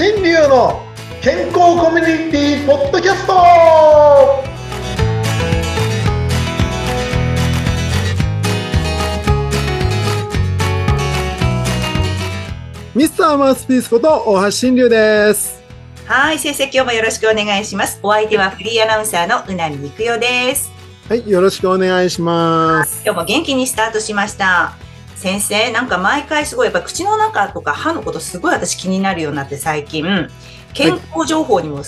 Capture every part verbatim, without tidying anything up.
新流の健康コミュニティポッドキャスト。ミスターマウスピースこと大橋新流です。 はい、先生、今日もよろしくお願いします。お相手はフリーアナウンサーのうなみにくよです。 はい、よろしくお願いします。 今日も元気にスタートしました。先生、なんか毎回すごいやっぱ口の中とか歯のことすごい私気になるようになって最近健康情報にも、はい、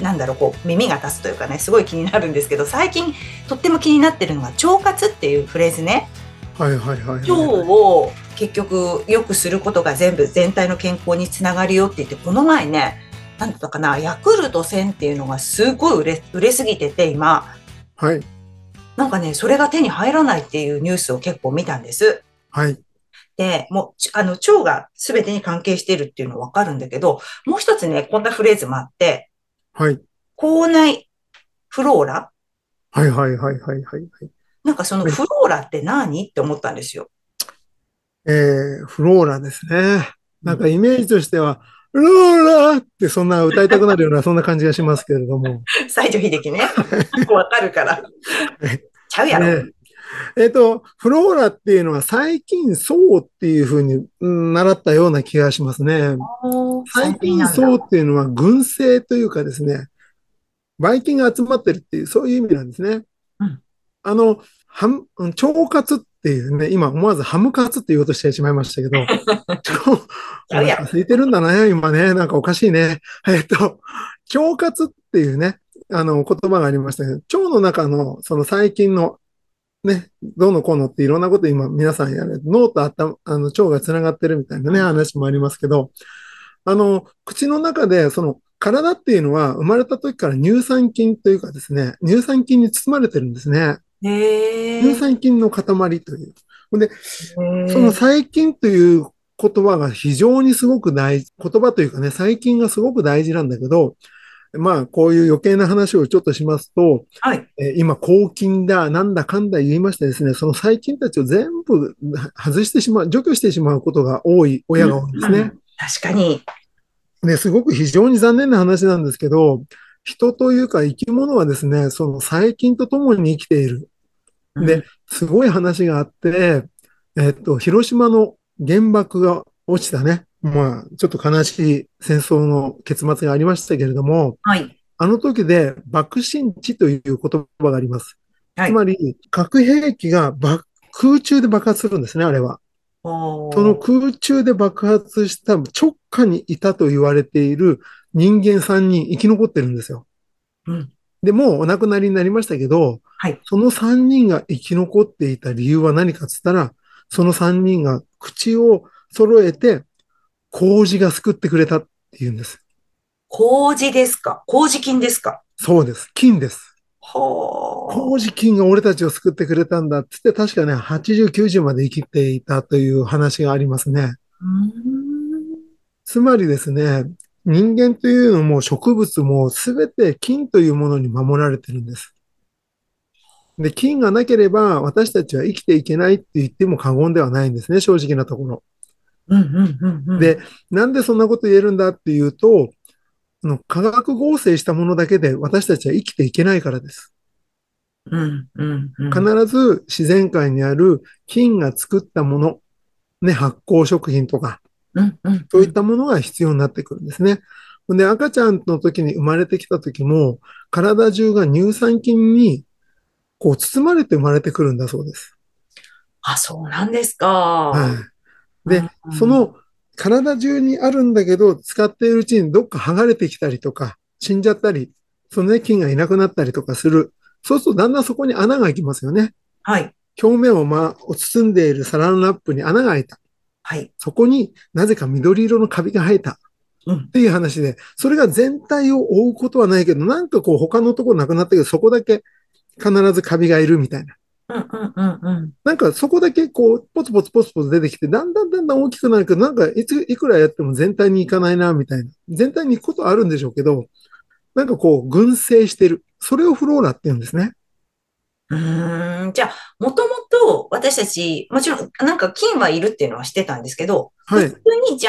なんだろうこう耳が立つというかねすごい気になるんですけど、最近とっても気になってるのが腸活っていうフレーズね。 はいはいはい、はい、 腸を結局良くすることが全部全体の健康につながるよって言って、この前ねなんだったかな、ヤクルトせんっていうのがすごい売れ売れすぎてて今、 はい、 なんかねそれが手に入らないっていうニュースを結構見たんです。 はい。 で、もう、あの、腸が全てに関係しているっていうのはわかるんだけど、もう一つね、こんなフレーズもあって、 はい。 口内フローラ、 はいはいはいはいはい。 なんかそのはい、 フローラって何って思ったんですよ。 えー、フローラですね。 うん、 なんかイメージとしては、フローラってそんな歌いたくなるようなそんな感じがしますけれども。 西城秀樹ね。わかるから。ちゃうやろ。 ね、えっと、フローラっていうのは最近層っていうふうに、うん、習ったような気がしますね。 おー、最最近近なんだ。 層っていうのは群生というかですね、ばい菌が集まってるっていう、そういう意味なんですね。 うん。 あの、ハム、腸活っていうね、今思わずハム活って言おうとしてしまいましたけど、 ちゃうやろ。 お腹空いてるんだね、今ね。なんかおかしいね。えっと、腸活っていうね、あの、言葉がありましたけど、腸の中のその細菌のね、どうのこうのっていろんなこと今皆さんやる。脳と頭、あの腸がつながってるみたいなね、 うん。 話もありますけど、あの、口の中でその体っていうのは生まれた時から乳酸菌というかですね、乳酸菌に包まれてるんですね。乳へー。 酸菌の塊という。で、 へそのー。 細菌という言葉が非常にすごく大事、言葉というかね、細菌がすごく大事なんだけど、まあ、こういう余計な話をちょっとしますと、 はい。 えー今、抗菌だ、なんだかんだ言いましてですね、その細菌たちを全部外してしまう、除去してしまうことが多い、親がうん。 多いんですね。 うん。確かに。 で、すごく非常に残念な話なんですけど、人というか生き物はですね、その細菌と共に生きている。で、 うん。 すごい話があって、えっと、広島の原爆が落ちたね、まあ、ちょっと悲しい戦争の結末がありましたけれども、 はい。 あの時で爆心地という言葉があります。 はい。 つまり、核兵器が爆空中で爆発するんですね、あれは。そのおー。 空中で爆発した直下にいたと言われている人間さんにん生き残ってるんですよ。 うん。 で、もうお亡くなりになりましたけど、 はい。 そのさんにんが生き残っていた理由は何かっつったら、そのさんにんが口を揃えて、麹が救ってくれたっていうんです。 麹ですか？麹菌ですか？ そうです。金です。 ほー。 麹菌が俺たちを救ってくれたんだっつって、確かね、はちじゅう、きゅうじゅうまで生きていたという話がありますね。 うーん。 つまりですね、人間というのも植物もすべて菌というものに守られてるんです。で、菌がなければ私たちは生きていけないって言っても過言ではないんですね、正直なところ。 うんうんうんうん。 で、なんでそんなこと言えるんだっていうと、化学合成したものだけで私たちは生きていけないからです。 うんうんうん。 必ず自然界にある菌が作ったもの、ね、発酵食品とか、 うんうんうん。 そういったものが必要になってくるんですね。で、赤ちゃんの時に生まれてきた時も、体中が乳酸菌にこう包まれて生まれてくるんだそうです。 あ、そうなんですか。 はい。 うんで、 うん。 その体中にあるんだけど、使っているうちにどっか剥がれてきたりとか、死んじゃったり、その、ね、菌がいなくなったりとかする。そうするとだんだんそこに穴が開きますよね。 はい。 表面を、ま、を包んでいる皿のラップに穴が開いた。 はい。 そこになぜか緑色のカビが生えた。 うん。 っていう話で、それが全体を覆うことはないけど、なんかこう他のところなくなったけど、そこだけ必ずカビがいるみたいな。 うんうんうんうん。 なんかそこだけこう、ポツポツポツポツ出てきて、だんだんだんだん大きくなるけど、なんかいつ、いくらやっても全体にいかないな、みたいな。全体に行くことはあるんでしょうけど、なんかこう、群生してる。それをフローラって言うんですね。 うーん。じゃあ、もともと私たち、もちろん、なんか菌はいるっていうのは知ってたんですけど、普通はい。 にじゃあ、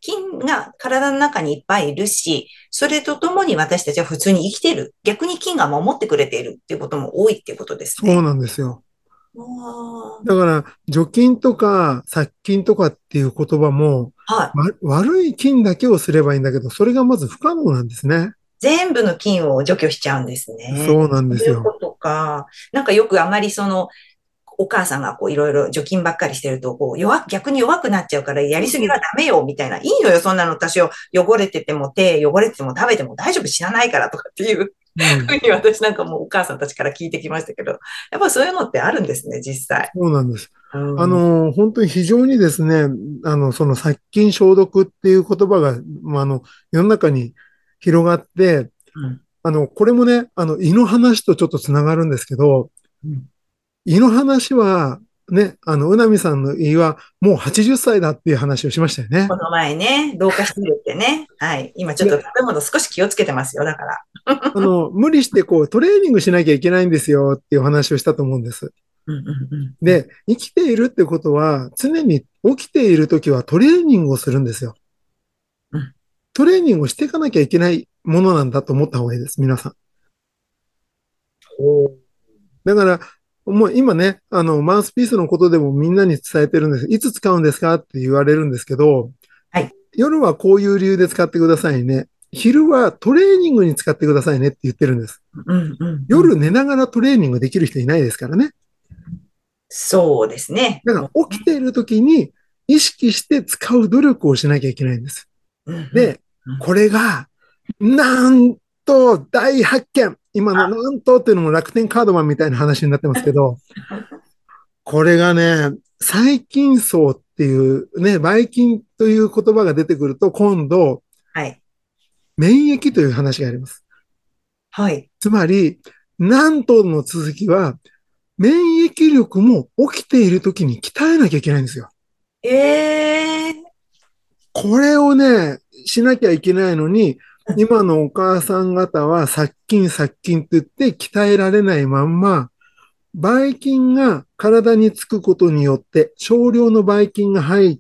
菌が体の中にいっぱいいるし、それとともに私たちは普通に生きている。逆に菌が守ってくれているっていうことも多いっていうことですね。 そうなんですよ。 あだから、除菌とか殺菌とかっていう言葉も、 あ、はい。 わ悪い菌だけをすればいいんだけど、それがまず不可能なんですね。 全部の菌を除去しちゃうんですね。 そうなんですよ。 そういうことか。なんかよくあまりその、お母さんがこういろいろ除菌ばっかりしてると、こう弱、逆に弱くなっちゃうからやりすぎはダメよ、みたいな。いいのよ、そんなの私を汚れてても手汚れてても食べても大丈夫、死なないからとかっていううん。 ふうに私なんかもうお母さんたちから聞いてきましたけど、やっぱそういうのってあるんですね、実際。 そうなんです。 うあん。 の、本当に非常にですね、あの、その殺菌消毒っていう言葉が、まあ、あの、世の中に広がって、 うん。 あの、これもね、あの、胃の話とちょっとつながるんですけど、 うん。 胃の話は、ね、あの、うなみさんの胃はもうはちじゅっさいだっていう話をしましたよね。 この前ね、同化してるってね。はい。今ちょっとで、 食べ物少し気をつけてますよ、だから。 あの、無理してこう、トレーニングしなきゃいけないんですよっていう話をしたと思うんです。 うんうんうんうん。 で、生きているってことは、常に起きているときはトレーニングをするんですよ。 うん。 トレーニングをしていかなきゃいけないものなんだと思った方がいいです、皆さん。 おー。 だから、もう今ね、あの、マウスピースのことでもみんなに伝えてるんです。いつ使うんですかって言われるんですけど、 はい。 夜はこういう理由で使ってくださいね。昼はトレーニングに使ってくださいねって言ってるんです。 うんうんうん。 夜寝ながらトレーニングできる人いないですからね。 そうですね。 だかもうね。 ら起きている時に意識して使う努力をしなきゃいけないんです。 うんうんで、 うん。 これが、なんと大発見。今のなんとっていうのも楽天カードマンみたいな話になってますけど、これがね、細菌層っていうね、ばい菌という言葉が出てくると、今度、 はい。 免疫という話があります。 はい。 つまり、なんとの続きは、免疫力も起きている時に鍛えなきゃいけないんですよ。 ええ。 これをね、しなきゃいけないのに、今のお母さん方は殺菌殺菌って言って鍛えられないまんま、ばい菌が体につくことによって、少量のばい菌が入って、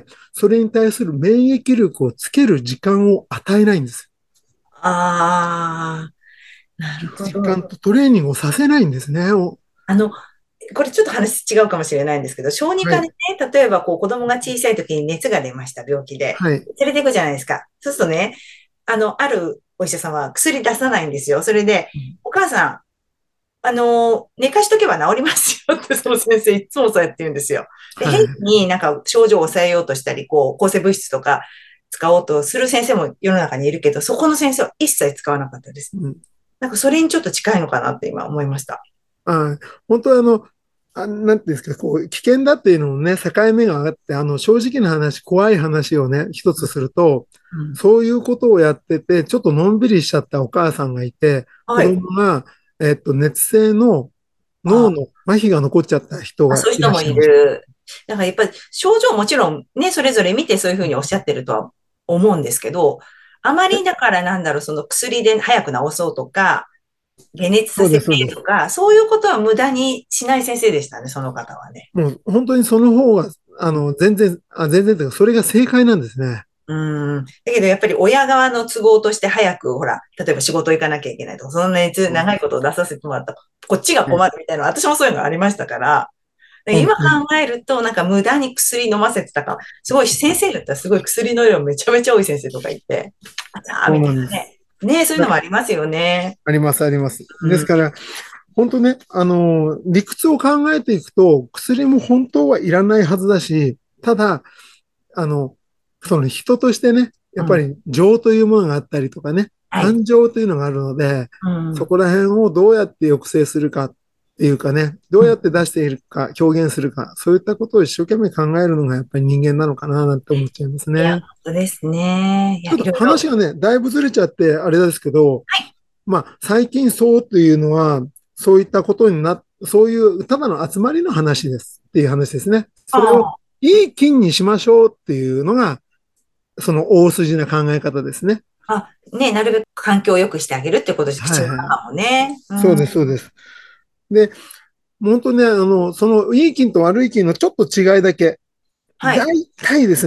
それに対する免疫力をつける時間を与えないんです。 ああ、なるほ時間ど。 とトレーニングをさせないんですね。おあの、これちょっと話違うかもしれないんですけど、小児はい。 科でね、例えばこう子供が小さい時に熱が出ました、病気で。 はい。 連れて行くじゃないですか。そうするとね、あの、あるお医者さんは薬出さないんですよ。それで、お母さん、あの、寝かしとけば治りますよってその先生いつもそうやって言うんですよ。で、変はい。 になんか症状を抑えようとしたり、こう、抗生物質とか使おうとする先生も世の中にいるけど、そこの先生は一切使わなかったです。 うん、 なんかそれにちょっと近いのかなって今思いました。 あ、本当はあの、あ、なんていうんですか、こう、危険だっていうのもね、境目があって、あの、正直な話、怖い話をね、一つすると、 うん。 そういうことをやってて、ちょっとのんびりしちゃったお母さんがいて、子はい。 供が、えっと、熱性の脳あの麻痺が残っちゃった人あ、 がいそういう人もいらっしゃいました。 る。だからやっぱり症状もちろんね、それぞれ見てそういうふうにおっしゃってるとは思うんですけど、あまりだからなんだろう、その薬で早く治そうとか、解熱させてそうです、そうです。 とか、そういうことは無駄にしない先生でしたね、その方はね。 もう本当にその方が、あの、全然、あ、全然というか、それが正解なんですね。 うん。だけどやっぱり親側の都合として早く、ほら、例えば仕事行かなきゃいけないとか、そんな熱うん、 長いことを出させてもらったら、こっちがはい、 困るみたいな、私もそういうのありましたから、で今本当に。 考えると、なんか無駄に薬飲ませてたか、すごい先生だったらすごい薬の量めちゃめちゃ多い先生とかいて、あちゃーそうみたいなんです。 なね。ね、そういうのもだありますよね。 あります、あります。 うん。 ですから、本当ね、あの、理屈を考えていくと、薬も本当はいらないはずだし、ただ、あの、その人としてね、やうん。 っぱり情というものがあったりとかね、 はい。 感情というのがあるので、 うん。 そこら辺をどうやって抑制するかっていうかね、どうん。 うやって出しているか、表現するか、そういったことを一生懸命考えるのがやっぱり人間なのかななんて思っちゃいますいや、 ね。 本当ですね。いや、 ちょっといろいろ。 話がね、だいぶずれちゃってあれですけど、まあ、最近そうというのは、そういったことにな、そういうただの集まりの話ですっていう話ですね。それをあいい菌にしましょうっていうのが、その大筋な考え方ですね。 あ、あ、ね、なるべく環境を良くしてあげるってことです。口のはいはい。 中もね。うん。 そうです、そうです。で、本当ね、あの、そのいい菌と悪い菌のちょっと違いだけ、大はい。 体ですね、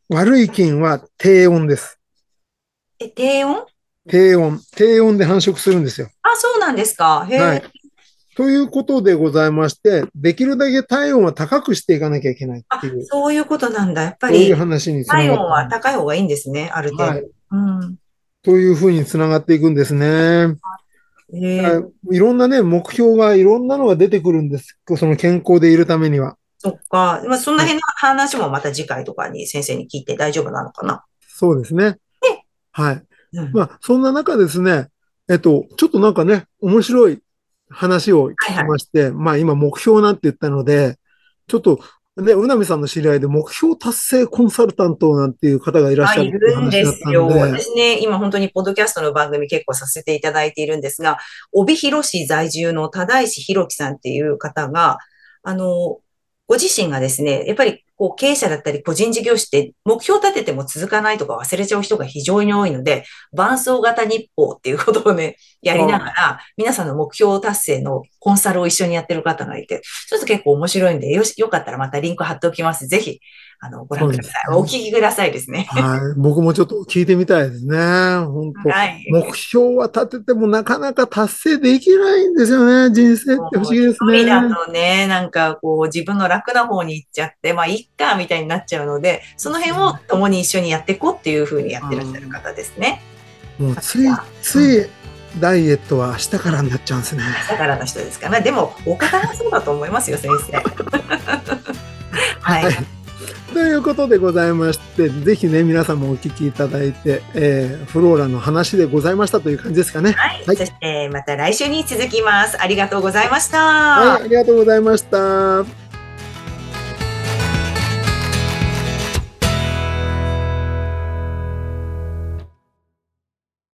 悪い菌は低温です。 え、低温？ 低温。低温で繁殖するんですよ。 あ、そうなんですか。へえ。 はい。ということでございまして、できるだけ体温は高くしていかなきゃいけないってあ、 いう、 そういうことなんだ。やっぱそういうり、 話につな体温がってる。 は高い方がいいんですね。ある程度。 はい。 うん。 というふうにつながっていくんですね。 ええ、 だからいろんなね、目標が、いろんなのが出てくるんです。その健康でいるためには。 そっか。まあ、そんなはい。 辺の話もまた次回とかに先生に聞いて大丈夫なのかな。 そうですね。はい。 うん。 まあ、そんな中ですね、えっと、ちょっとなんかね、面白い話を聞はいはい。 きまして、まあ今目標なんて言ったので、ちょっとね、うなみさんの知り合いで目標達成コンサルタントなんていう方がいらっあ、 しゃるいっていう話るんでだったんで、 すよ。私ね、今本当にポッドキャストの番組結構させていただいているんですが、帯広市在住の多石弘樹さんっていう方が、あの、ご自身がですね、やっぱりこう経営者だったり個人事業主って目標立てても続かないとか忘れちゃう人が非常に多いので、伴走型日報っていうことをね、やりながあら、皆さんの目標達成のコンサルを一緒にやってる方がいて、ちょっと結構面白いんで、よし、よかったらまたリンク貼っておきます。ぜひ、あの、ご覧そうください。お聞ですね。 きくださいですね。 はい。僕もちょっと聞いてみたいですね。本当。 はい。 目標は立ててもなかなか達成できないんですよね。人生って不思もう一議です人だね。 とね、なんかこう自分の楽な方に行っちゃって、まあいっかみたいになっちゃうので、その辺を共に一緒にやっていこうっていうふうにやってらっしゃる方ですね。 もうついまあじゃあ、うん。 ついダイエットは明日からになっちゃうんですね。 朝からの人ですから、でも、お方がそうだと思いますよ、先生。はい。 はい。ということでございまして、ぜひね、皆さんもお聞きいただいて、えーフローラの話でございましたという感じですかね。 はい。 はい。 そして、また来週に続きます。ありがとうございましはい、 た。 ありがとうございました。